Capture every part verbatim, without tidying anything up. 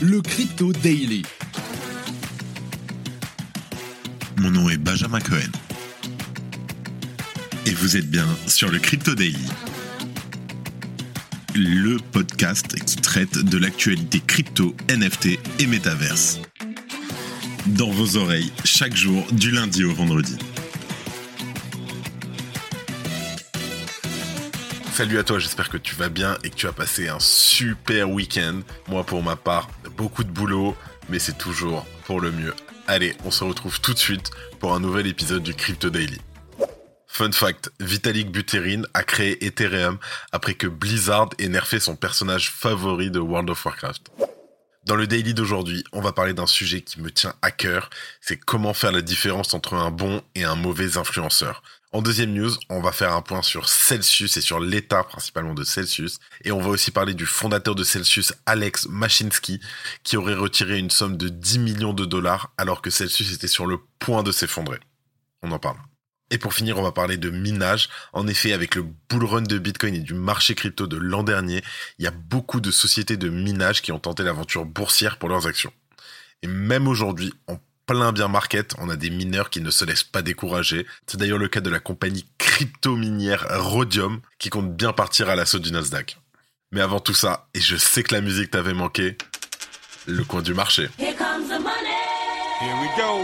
le Crypto Daily. Mon nom est Benjamin Cohen. Et vous êtes bien sur le Crypto Daily, le podcast qui traite de l'actualité crypto, N F T et métaverse. Dans vos oreilles, chaque jour, du lundi au vendredi. Salut à toi, j'espère que tu vas bien et que tu as passé un super week-end. Moi, pour ma part, beaucoup de boulot, mais c'est toujours pour le mieux. Allez, on se retrouve tout de suite pour un nouvel épisode du Crypto Daily. Fun fact, Vitalik Buterin a créé Ethereum après que Blizzard ait nerfé son personnage favori de World of Warcraft. Dans le daily d'aujourd'hui, on va parler d'un sujet qui me tient à cœur, c'est comment faire la différence entre un bon et un mauvais influenceur. En deuxième news, on va faire un point sur Celsius et sur l'état principalement de Celsius. Et on va aussi parler du fondateur de Celsius, Alex Mashinsky, qui aurait retiré une somme de dix millions de dollars alors que Celsius était sur le point de s'effondrer. On en parle. Et pour finir, on va parler de minage. En effet, avec le bull run de Bitcoin et du marché crypto de l'an dernier, il y a beaucoup de sociétés de minage qui ont tenté l'aventure boursière pour leurs actions. Et même aujourd'hui, en plein bear market, on a des mineurs qui ne se laissent pas décourager. C'est d'ailleurs le cas de la compagnie crypto-minière Rhodium, qui compte bien partir à l'assaut du Nasdaq. Mais avant tout ça, et je sais que la musique t'avait manqué, le coin du marché. Here comes the money. Here we go.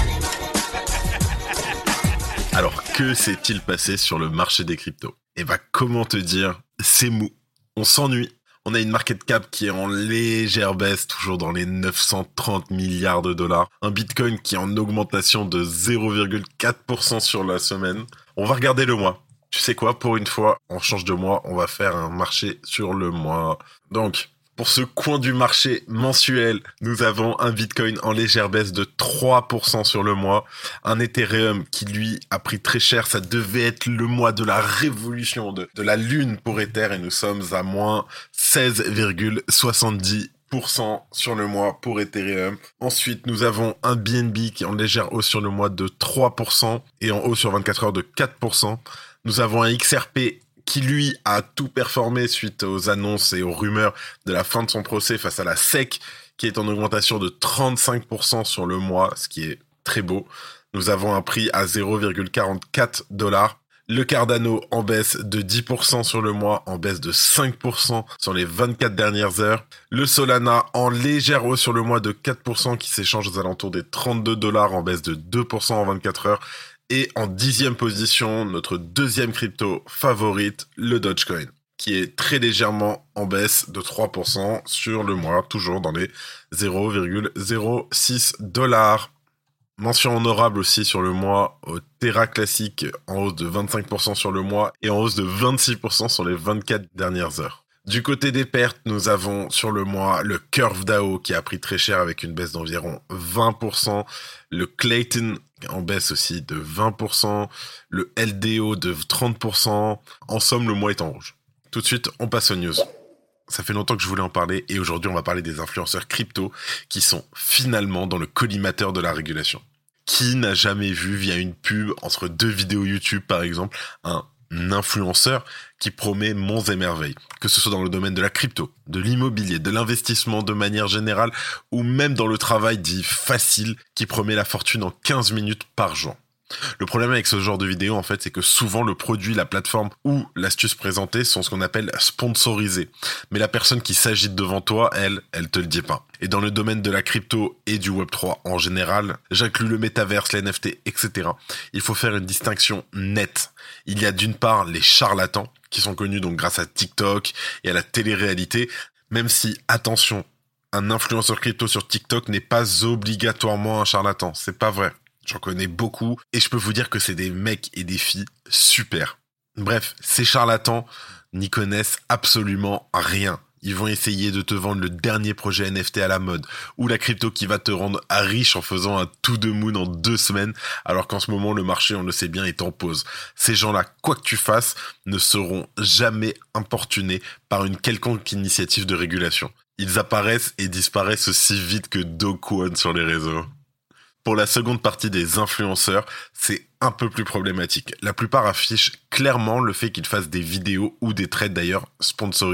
Alors, que s'est-il passé sur le marché des cryptos ? Eh ben, comment te dire ? C'est mou. On s'ennuie. On a une market cap qui est en légère baisse, toujours dans les neuf cent trente milliards de dollars. Un Bitcoin qui est en augmentation de zéro virgule quatre pour cent sur la semaine. On va regarder le mois. Tu sais quoi ? Pour une fois, on change de mois. On va faire un marché sur le mois. Donc, pour ce coin du marché mensuel, nous avons un Bitcoin en légère baisse de trois pour cent sur le mois. Un Ethereum qui, lui, a pris très cher. Ça devait être le mois de la révolution de, de la lune pour Ether et nous sommes à moins seize virgule soixante-dix pour cent sur le mois pour Ethereum. Ensuite, nous avons un B N B qui est en légère hausse sur le mois de trois pour cent et en hausse sur vingt-quatre heures de quatre pour cent. Nous avons un X R P qui lui a tout performé suite aux annonces et aux rumeurs de la fin de son procès face à la S E C, qui est en augmentation de trente-cinq pour cent sur le mois, ce qui est très beau. Nous avons un prix à zéro virgule quarante-quatre dollars. Le Cardano en baisse de dix pour cent sur le mois, en baisse de cinq pour cent sur les vingt-quatre dernières heures. Le Solana en légère hausse sur le mois de quatre pour cent qui s'échange aux alentours des trente-deux dollars, en baisse de deux pour cent en vingt-quatre heures. Et en dixième position, notre deuxième crypto favorite, le Dogecoin, qui est très légèrement en baisse de trois pour cent sur le mois, toujours dans les zéro virgule zéro six dollars. Mention honorable aussi sur le mois au Terra Classic, en hausse de vingt-cinq pour cent sur le mois et en hausse de vingt-six pour cent sur les vingt-quatre dernières heures. Du côté des pertes, nous avons sur le mois le Curve D A O qui a pris très cher avec une baisse d'environ vingt pour cent, le Clayton en baisse aussi de vingt pour cent, le L D O de trente pour cent. En somme, le mois est en rouge. Tout de suite, on passe aux news. Ça fait longtemps que je voulais en parler et aujourd'hui, on va parler des influenceurs crypto qui sont finalement dans le collimateur de la régulation. Qui n'a jamais vu via une pub entre deux vidéos YouTube, par exemple, un influenceur qui promet monts et merveilles, que ce soit dans le domaine de la crypto, de l'immobilier, de l'investissement de manière générale, ou même dans le travail dit facile, qui promet la fortune en quinze minutes par jour. Le problème avec ce genre de vidéo, en fait, c'est que souvent le produit, la plateforme ou l'astuce présentée sont ce qu'on appelle sponsorisés. Mais la personne qui s'agite devant toi, elle, elle te le dit pas. Et dans le domaine de la crypto et du web trois en général, j'inclus le métaverse, les N F T, et cetera. Il faut faire une distinction nette. Il y a d'une part les charlatans, qui sont connus donc grâce à TikTok et à la télé-réalité, même si, attention, un influenceur crypto sur TikTok n'est pas obligatoirement un charlatan. C'est pas vrai. J'en connais beaucoup et je peux vous dire que c'est des mecs et des filles super. Bref, ces charlatans n'y connaissent absolument rien. Ils vont essayer de te vendre le dernier projet N F T à la mode ou la crypto qui va te rendre riche en faisant un to the moon en deux semaines alors qu'en ce moment le marché, on le sait bien, est en pause. Ces gens-là, quoi que tu fasses, ne seront jamais importunés par une quelconque initiative de régulation. Ils apparaissent et disparaissent aussi vite que Do Kwon sur les réseaux. Pour la seconde partie des influenceurs, c'est un peu plus problématique. La plupart affichent clairement le fait qu'ils fassent des vidéos ou des trades d'ailleurs sponsorisés.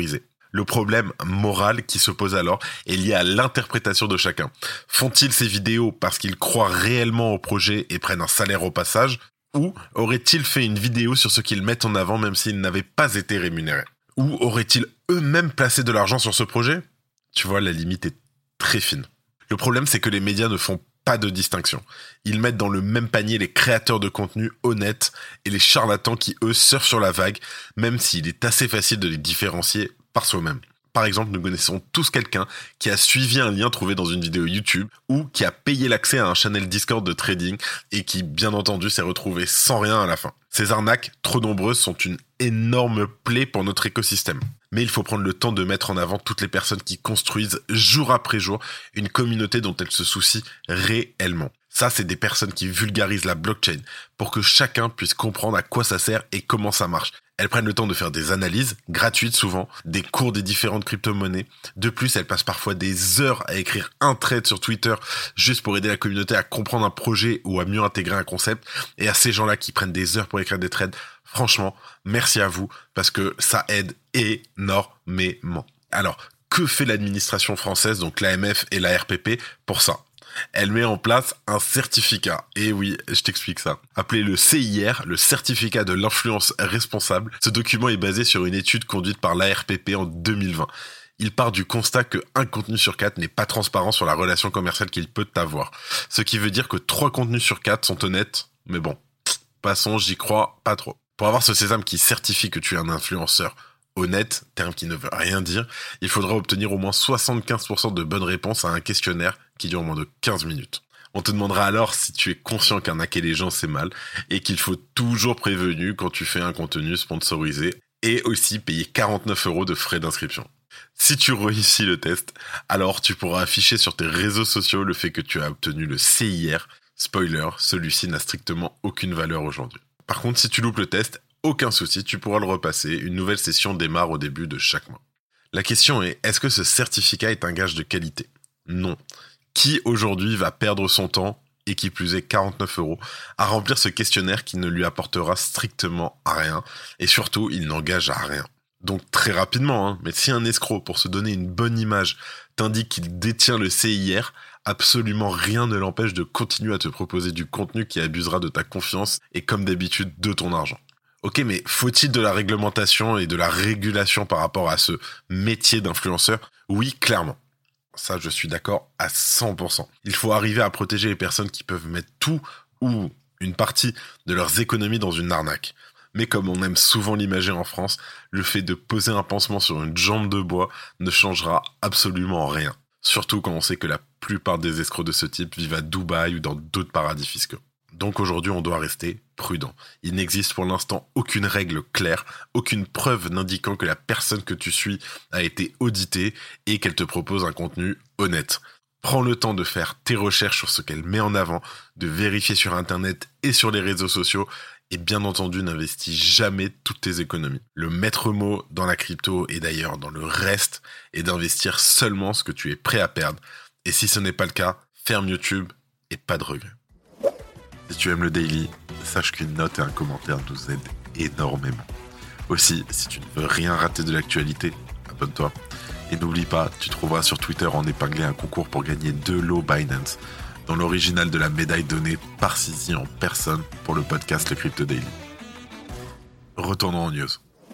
Le problème moral qui se pose alors est lié à l'interprétation de chacun. Font-ils ces vidéos parce qu'ils croient réellement au projet et prennent un salaire au passage, ou auraient-ils fait une vidéo sur ce qu'ils mettent en avant même s'ils n'avaient pas été rémunérés? Ou auraient-ils eux-mêmes placé de l'argent sur ce projet? Tu vois, la limite est très fine. Le problème, c'est que les médias ne font pas de distinction. Ils mettent dans le même panier les créateurs de contenu honnêtes et les charlatans qui, eux, surfent sur la vague, même s'il est assez facile de les différencier par soi-même. Par exemple, nous connaissons tous quelqu'un qui a suivi un lien trouvé dans une vidéo YouTube ou qui a payé l'accès à un channel Discord de trading et qui, bien entendu, s'est retrouvé sans rien à la fin. Ces arnaques, trop nombreuses, sont une énorme plaie pour notre écosystème. Mais il faut prendre le temps de mettre en avant toutes les personnes qui construisent jour après jour une communauté dont elles se soucient réellement. Ça, c'est des personnes qui vulgarisent la blockchain pour que chacun puisse comprendre à quoi ça sert et comment ça marche. Elles prennent le temps de faire des analyses, gratuites souvent, des cours des différentes crypto-monnaies. De plus, elles passent parfois des heures à écrire un thread sur Twitter juste pour aider la communauté à comprendre un projet ou à mieux intégrer un concept. Et à ces gens-là qui prennent des heures pour écrire des threads, franchement, merci à vous parce que ça aide énormément. Alors, que fait l'administration française, donc l'A M F et la R P P, pour ça ? Elle met en place un certificat. Et oui, je t'explique ça. Appelé le C I R, le certificat de l'influence responsable. Ce document est basé sur une étude conduite par l'A R P P en deux mille vingt. Il part du constat que un contenu sur quatre n'est pas transparent sur la relation commerciale qu'il peut avoir. Ce qui veut dire que trois contenus sur quatre sont honnêtes. Mais bon, passons, j'y crois pas trop. Pour avoir ce sésame qui certifie que tu es un influenceur honnête, terme qui ne veut rien dire, il faudra obtenir au moins soixante-quinze pour cent de bonnes réponses à un questionnaire qui dure moins de quinze minutes. On te demandera alors si tu es conscient qu'arnaquer les gens c'est mal et qu'il faut toujours prévenir quand tu fais un contenu sponsorisé et aussi payer quarante-neuf euros de frais d'inscription. Si tu réussis le test, alors tu pourras afficher sur tes réseaux sociaux le fait que tu as obtenu le C I R. Spoiler, celui-ci n'a strictement aucune valeur aujourd'hui. Par contre, si tu loupes le test, aucun souci, tu pourras le repasser. Une nouvelle session démarre au début de chaque mois. La question est, est-ce que ce certificat est un gage de qualité? Non. Qui aujourd'hui va perdre son temps, et qui plus est quarante-neuf euros, à remplir ce questionnaire qui ne lui apportera strictement à rien, et surtout, il n'engage à rien. Donc très rapidement, hein, mais si un escroc, pour se donner une bonne image, t'indique qu'il détient le C I R, absolument rien ne l'empêche de continuer à te proposer du contenu qui abusera de ta confiance et comme d'habitude de ton argent. Ok, mais faut-il de la réglementation et de la régulation par rapport à ce métier d'influenceur? Oui, clairement. Ça, je suis d'accord à cent pour cent. Il faut arriver à protéger les personnes qui peuvent mettre tout ou une partie de leurs économies dans une arnaque. Mais comme on aime souvent l'imager en France, le fait de poser un pansement sur une jambe de bois ne changera absolument rien. Surtout quand on sait que la plupart des escrocs de ce type vivent à Dubaï ou dans d'autres paradis fiscaux. Donc aujourd'hui, on doit rester prudent. Il n'existe pour l'instant aucune règle claire, aucune preuve n'indiquant que la personne que tu suis a été auditée et qu'elle te propose un contenu honnête. Prends le temps de faire tes recherches sur ce qu'elle met en avant, de vérifier sur Internet et sur les réseaux sociaux et bien entendu, n'investis jamais toutes tes économies. Le maître mot dans la crypto et d'ailleurs dans le reste est d'investir seulement ce que tu es prêt à perdre. Et si ce n'est pas le cas, ferme YouTube et pas de regret. Si tu aimes le daily, sache qu'une note et un commentaire nous aident énormément. Aussi, si tu ne veux rien rater de l'actualité, abonne-toi. Et n'oublie pas, tu trouveras sur Twitter en épinglé un concours pour gagner deux lots Binance, dont l'original de la médaille donnée par Sisi en personne pour le podcast Le Crypto Daily. Retournons en news.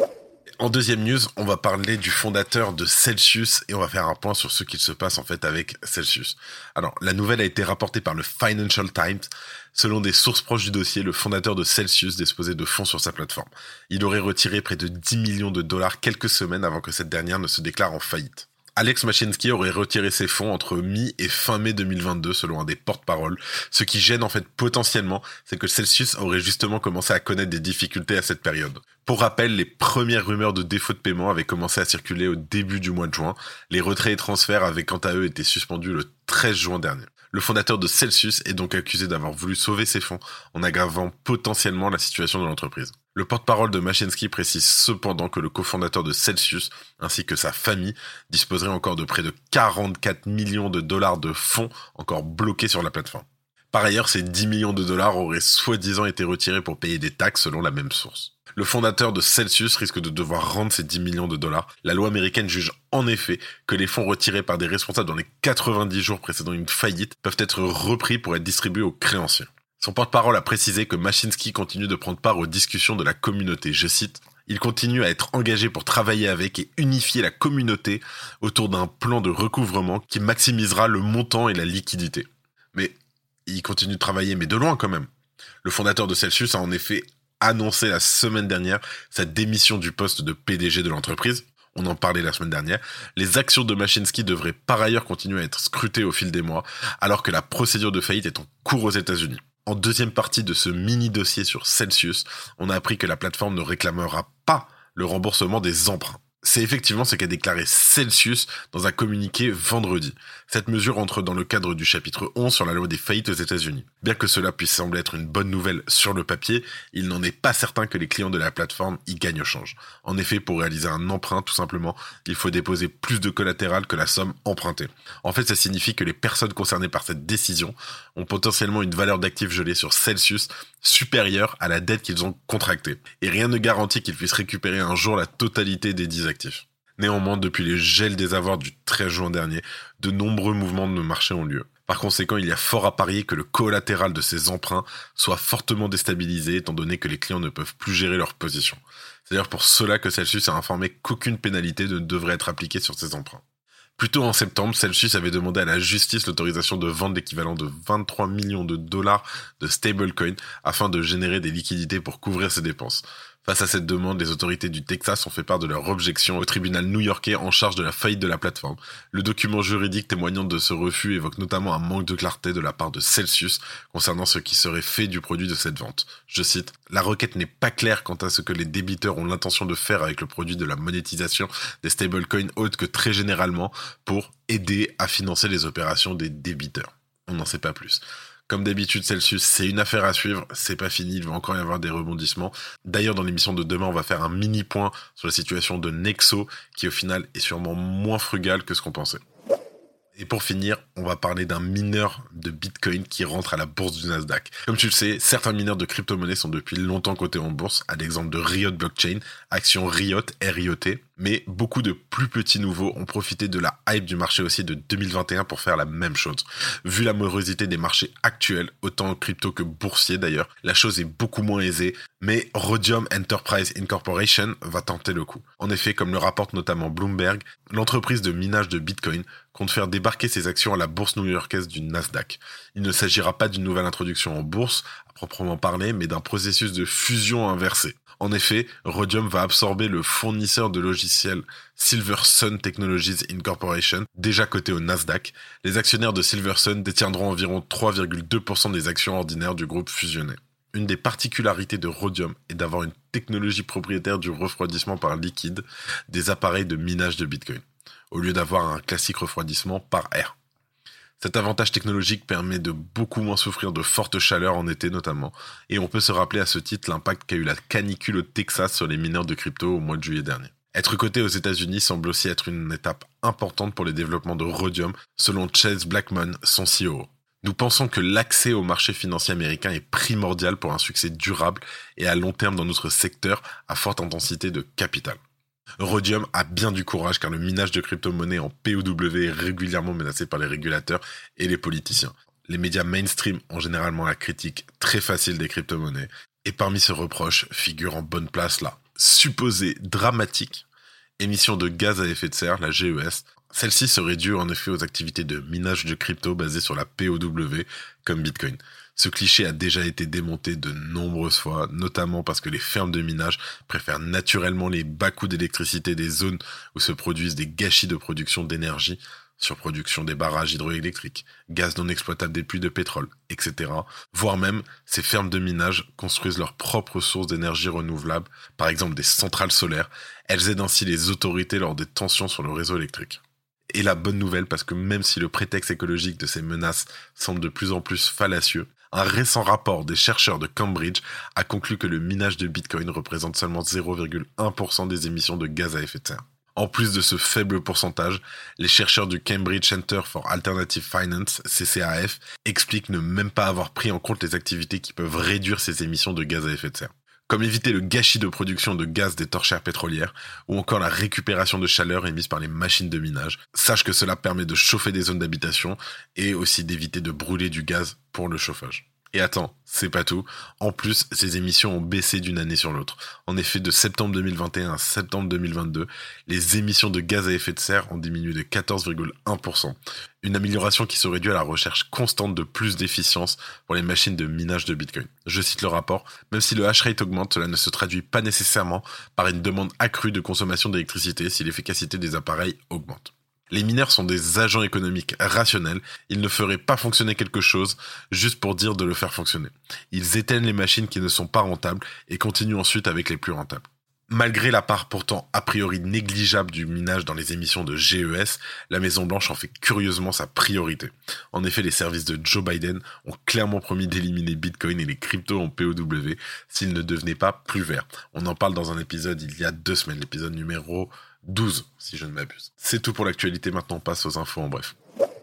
En deuxième news, on va parler du fondateur de Celsius et on va faire un point sur ce qu'il se passe en fait avec Celsius. Alors, la nouvelle a été rapportée par le Financial Times. Selon des sources proches du dossier, le fondateur de Celsius disposait de fonds sur sa plateforme. Il aurait retiré près de dix millions de dollars quelques semaines avant que cette dernière ne se déclare en faillite. Alex Mashinsky aurait retiré ses fonds entre mi et fin mai deux mille vingt-deux selon un des porte-paroles. Ce qui gêne en fait potentiellement, c'est que Celsius aurait justement commencé à connaître des difficultés à cette période. Pour rappel, les premières rumeurs de défaut de paiement avaient commencé à circuler au début du mois de juin. Les retraits et transferts avaient quant à eux été suspendus le treize juin dernier. Le fondateur de Celsius est donc accusé d'avoir voulu sauver ses fonds en aggravant potentiellement la situation de l'entreprise. Le porte-parole de Mashinsky précise cependant que le cofondateur de Celsius, ainsi que sa famille, disposerait encore de près de quarante-quatre millions de dollars de fonds encore bloqués sur la plateforme. Par ailleurs, ces dix millions de dollars auraient soi-disant été retirés pour payer des taxes selon la même source. Le fondateur de Celsius risque de devoir rendre ces dix millions de dollars. La loi américaine juge en effet que les fonds retirés par des responsables dans les quatre-vingt-dix jours précédant une faillite peuvent être repris pour être distribués aux créanciers. Son porte-parole a précisé que Mashinsky continue de prendre part aux discussions de la communauté. Je cite, « Il continue à être engagé pour travailler avec et unifier la communauté autour d'un plan de recouvrement qui maximisera le montant et la liquidité. » Mais il continue de travailler, mais de loin quand même. Le fondateur de Celsius a en effet annoncé la semaine dernière sa démission du poste de P D G de l'entreprise. On en parlait la semaine dernière. Les actions de Mashinsky devraient par ailleurs continuer à être scrutées au fil des mois, alors que la procédure de faillite est en cours aux États-Unis. En deuxième partie de ce mini-dossier sur Celsius, on a appris que la plateforme ne réclamera pas le remboursement des emprunts. C'est effectivement ce qu'a déclaré Celsius dans un communiqué vendredi. Cette mesure entre dans le cadre du chapitre onze sur la loi des faillites aux États-Unis. Bien que cela puisse sembler être une bonne nouvelle sur le papier, il n'en est pas certain que les clients de la plateforme y gagnent au change. En effet, pour réaliser un emprunt, tout simplement, il faut déposer plus de collatéral que la somme empruntée. En fait, ça signifie que les personnes concernées par cette décision ont potentiellement une valeur d'actifs gelée sur Celsius supérieure à la dette qu'ils ont contractée. Et rien ne garantit qu'ils puissent récupérer un jour la totalité des dix actifs. Néanmoins, depuis le gel des avoirs du treize juin dernier, de nombreux mouvements de marché ont lieu. Par conséquent, il y a fort à parier que le collatéral de ces emprunts soit fortement déstabilisé, étant donné que les clients ne peuvent plus gérer leur position. C'est d'ailleurs pour cela que Celsius a informé qu'aucune pénalité ne devrait être appliquée sur ces emprunts. Plus tôt en septembre, Celsius avait demandé à la justice l'autorisation de vendre l'équivalent de vingt-trois millions de dollars de stablecoin afin de générer des liquidités pour couvrir ses dépenses. Face à cette demande, les autorités du Texas ont fait part de leur objection au tribunal new-yorkais en charge de la faillite de la plateforme. Le document juridique témoignant de ce refus évoque notamment un manque de clarté de la part de Celsius concernant ce qui serait fait du produit de cette vente. Je cite, « La requête n'est pas claire quant à ce que les débiteurs ont l'intention de faire avec le produit de la monétisation des stablecoins autres que très généralement pour aider à financer les opérations des débiteurs. » On n'en sait pas plus. Comme d'habitude, Celsius, c'est une affaire à suivre, c'est pas fini, il va encore y avoir des rebondissements. D'ailleurs, dans l'émission de demain, on va faire un mini point sur la situation de Nexo, qui au final est sûrement moins frugal que ce qu'on pensait. Et pour finir, on va parler d'un mineur de Bitcoin qui rentre à la bourse du Nasdaq. Comme tu le sais, certains mineurs de crypto-monnaies sont depuis longtemps cotés en bourse, à l'exemple de Riot Blockchain, action Riot, R I O T. Mais beaucoup de plus petits nouveaux ont profité de la hype du marché aussi de deux mille vingt et un pour faire la même chose. Vu la morosité des marchés actuels, autant crypto que boursier d'ailleurs, la chose est beaucoup moins aisée, mais Rhodium Enterprise Incorporation va tenter le coup. En effet, comme le rapporte notamment Bloomberg, l'entreprise de minage de Bitcoin compte faire débarquer ses actions à la bourse new-yorkaise du Nasdaq. Il ne s'agira pas d'une nouvelle introduction en bourse, à proprement parler, mais d'un processus de fusion inversé. En effet, Rhodium va absorber le fournisseur de logiciels Silversun Technologies Incorporation, déjà coté au Nasdaq. Les actionnaires de Silversun détiendront environ trois virgule deux pour cent des actions ordinaires du groupe fusionné. Une des particularités de Rhodium est d'avoir une technologie propriétaire du refroidissement par liquide des appareils de minage de Bitcoin, au lieu d'avoir un classique refroidissement par air. Cet avantage technologique permet de beaucoup moins souffrir de fortes chaleurs en été notamment, et on peut se rappeler à ce titre l'impact qu'a eu la canicule au Texas sur les mineurs de crypto au mois de juillet dernier. Être coté aux États-Unis semble aussi être une étape importante pour les développements de Rhodium, selon Chase Blackmon, son C E O. Nous pensons que l'accès au marché financier américain est primordial pour un succès durable et à long terme dans notre secteur à forte intensité de capital. Rhodium a bien du courage car le minage de crypto-monnaies en P O W est régulièrement menacé par les régulateurs et les politiciens. Les médias mainstream ont généralement la critique très facile des crypto-monnaies et parmi ces reproches figure en bonne place la supposée dramatique émission de gaz à effet de serre, la G E S. Celle-ci serait due en effet aux activités de minage de crypto basées sur la P O W comme Bitcoin. Ce cliché a déjà été démonté de nombreuses fois, notamment parce que les fermes de minage préfèrent naturellement les bas coûts d'électricité des zones où se produisent des gâchis de production d'énergie, surproduction des barrages hydroélectriques, gaz non exploitable des puits de pétrole, et cetera. Voire même, ces fermes de minage construisent leurs propres sources d'énergie renouvelable, par exemple des centrales solaires. Elles aident ainsi les autorités lors des tensions sur le réseau électrique. Et la bonne nouvelle, parce que même si le prétexte écologique de ces menaces semble de plus en plus fallacieux, un récent rapport des chercheurs de Cambridge a conclu que le minage de Bitcoin représente seulement zéro virgule un pour cent des émissions de gaz à effet de serre. En plus de ce faible pourcentage, les chercheurs du Cambridge Center for Alternative Finance, C C A F, expliquent ne même pas avoir pris en compte les activités qui peuvent réduire ces émissions de gaz à effet de serre, comme éviter le gâchis de production de gaz des torchères pétrolières ou encore la récupération de chaleur émise par les machines de minage. Sache que cela permet de chauffer des zones d'habitation et aussi d'éviter de brûler du gaz pour le chauffage. Et attends, c'est pas tout. En plus, ces émissions ont baissé d'une année sur l'autre. En effet, de septembre deux mille vingt et un à septembre deux mille vingt-deux, les émissions de gaz à effet de serre ont diminué de quatorze virgule un pour cent. Une amélioration qui serait due à la recherche constante de plus d'efficience pour les machines de minage de Bitcoin. Je cite le rapport, même si le hash rate augmente, cela ne se traduit pas nécessairement par une demande accrue de consommation d'électricité si l'efficacité des appareils augmente. Les mineurs sont des agents économiques rationnels, ils ne feraient pas fonctionner quelque chose juste pour dire de le faire fonctionner. Ils éteignent les machines qui ne sont pas rentables et continuent ensuite avec les plus rentables. Malgré la part pourtant a priori négligeable du minage dans les émissions de G E S, la Maison-Blanche en fait curieusement sa priorité. En effet, les services de Joe Biden ont clairement promis d'éliminer Bitcoin et les cryptos en P O W s'ils ne devenaient pas plus verts. On en parle dans un épisode il y a deux semaines, l'épisode numéro douze, si je ne m'abuse. C'est tout pour l'actualité, maintenant on passe aux infos en bref.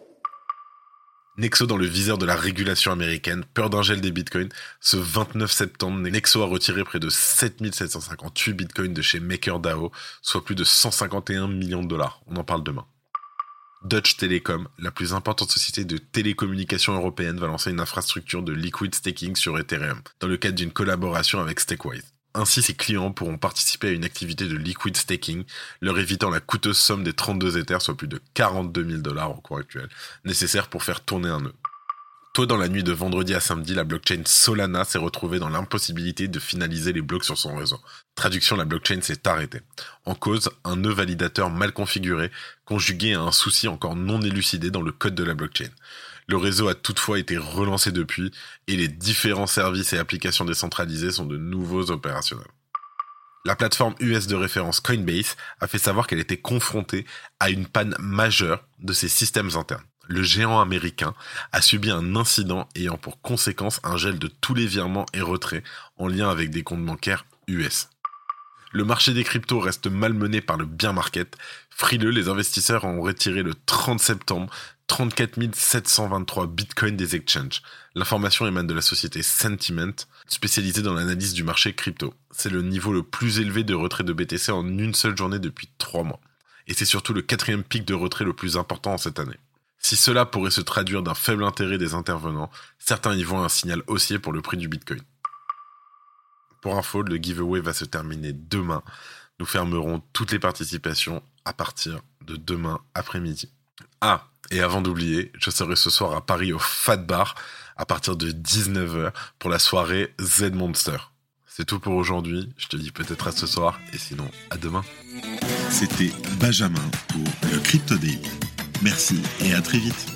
Nexo dans le viseur de la régulation américaine, peur d'un gel des bitcoins. Ce vingt-neuf septembre, Nexo a retiré près de sept mille sept cent cinquante-huit bitcoins de chez MakerDAO, soit plus de cent cinquante et un millions de dollars. On en parle demain. Deutsche Telekom, la plus importante société de télécommunications européenne, va lancer une infrastructure de liquid staking sur Ethereum, dans le cadre d'une collaboration avec Stakewise. Ainsi, ses clients pourront participer à une activité de liquid staking, leur évitant la coûteuse somme des trente-deux Ethers, soit plus de quarante-deux mille dollars au cours actuel, nécessaires pour faire tourner un nœud. Tôt dans la nuit de vendredi à samedi, la blockchain Solana s'est retrouvée dans l'impossibilité de finaliser les blocs sur son réseau. Traduction, la blockchain s'est arrêtée. En cause, un nœud validateur mal configuré, conjugué à un souci encore non élucidé dans le code de la blockchain. Le réseau a toutefois été relancé depuis et les différents services et applications décentralisées sont de nouveau opérationnels. La plateforme U S de référence Coinbase a fait savoir qu'elle était confrontée à une panne majeure de ses systèmes internes. Le géant américain a subi un incident ayant pour conséquence un gel de tous les virements et retraits en lien avec des comptes bancaires U S. Le marché des cryptos reste malmené par le bear market. Frileux, les investisseurs ont retiré le trente septembre trente-quatre mille sept cent vingt-trois bitcoins des exchanges. L'information émane de la société Sentiment, spécialisée dans l'analyse du marché crypto. C'est le niveau le plus élevé de retrait de B T C en une seule journée depuis trois mois. Et c'est surtout le quatrième pic de retrait le plus important en cette année. Si cela pourrait se traduire d'un faible intérêt des intervenants, certains y voient un signal haussier pour le prix du bitcoin. Pour info, le giveaway va se terminer demain. Nous fermerons toutes les participations à partir de demain après-midi. Ah, et avant d'oublier, je serai ce soir à Paris au Fat Bar à partir de dix-neuf heures pour la soirée Z Monster. C'est tout pour aujourd'hui, je te dis peut-être à ce soir et sinon à demain. C'était Benjamin pour le Crypto Daily. Merci et à très vite.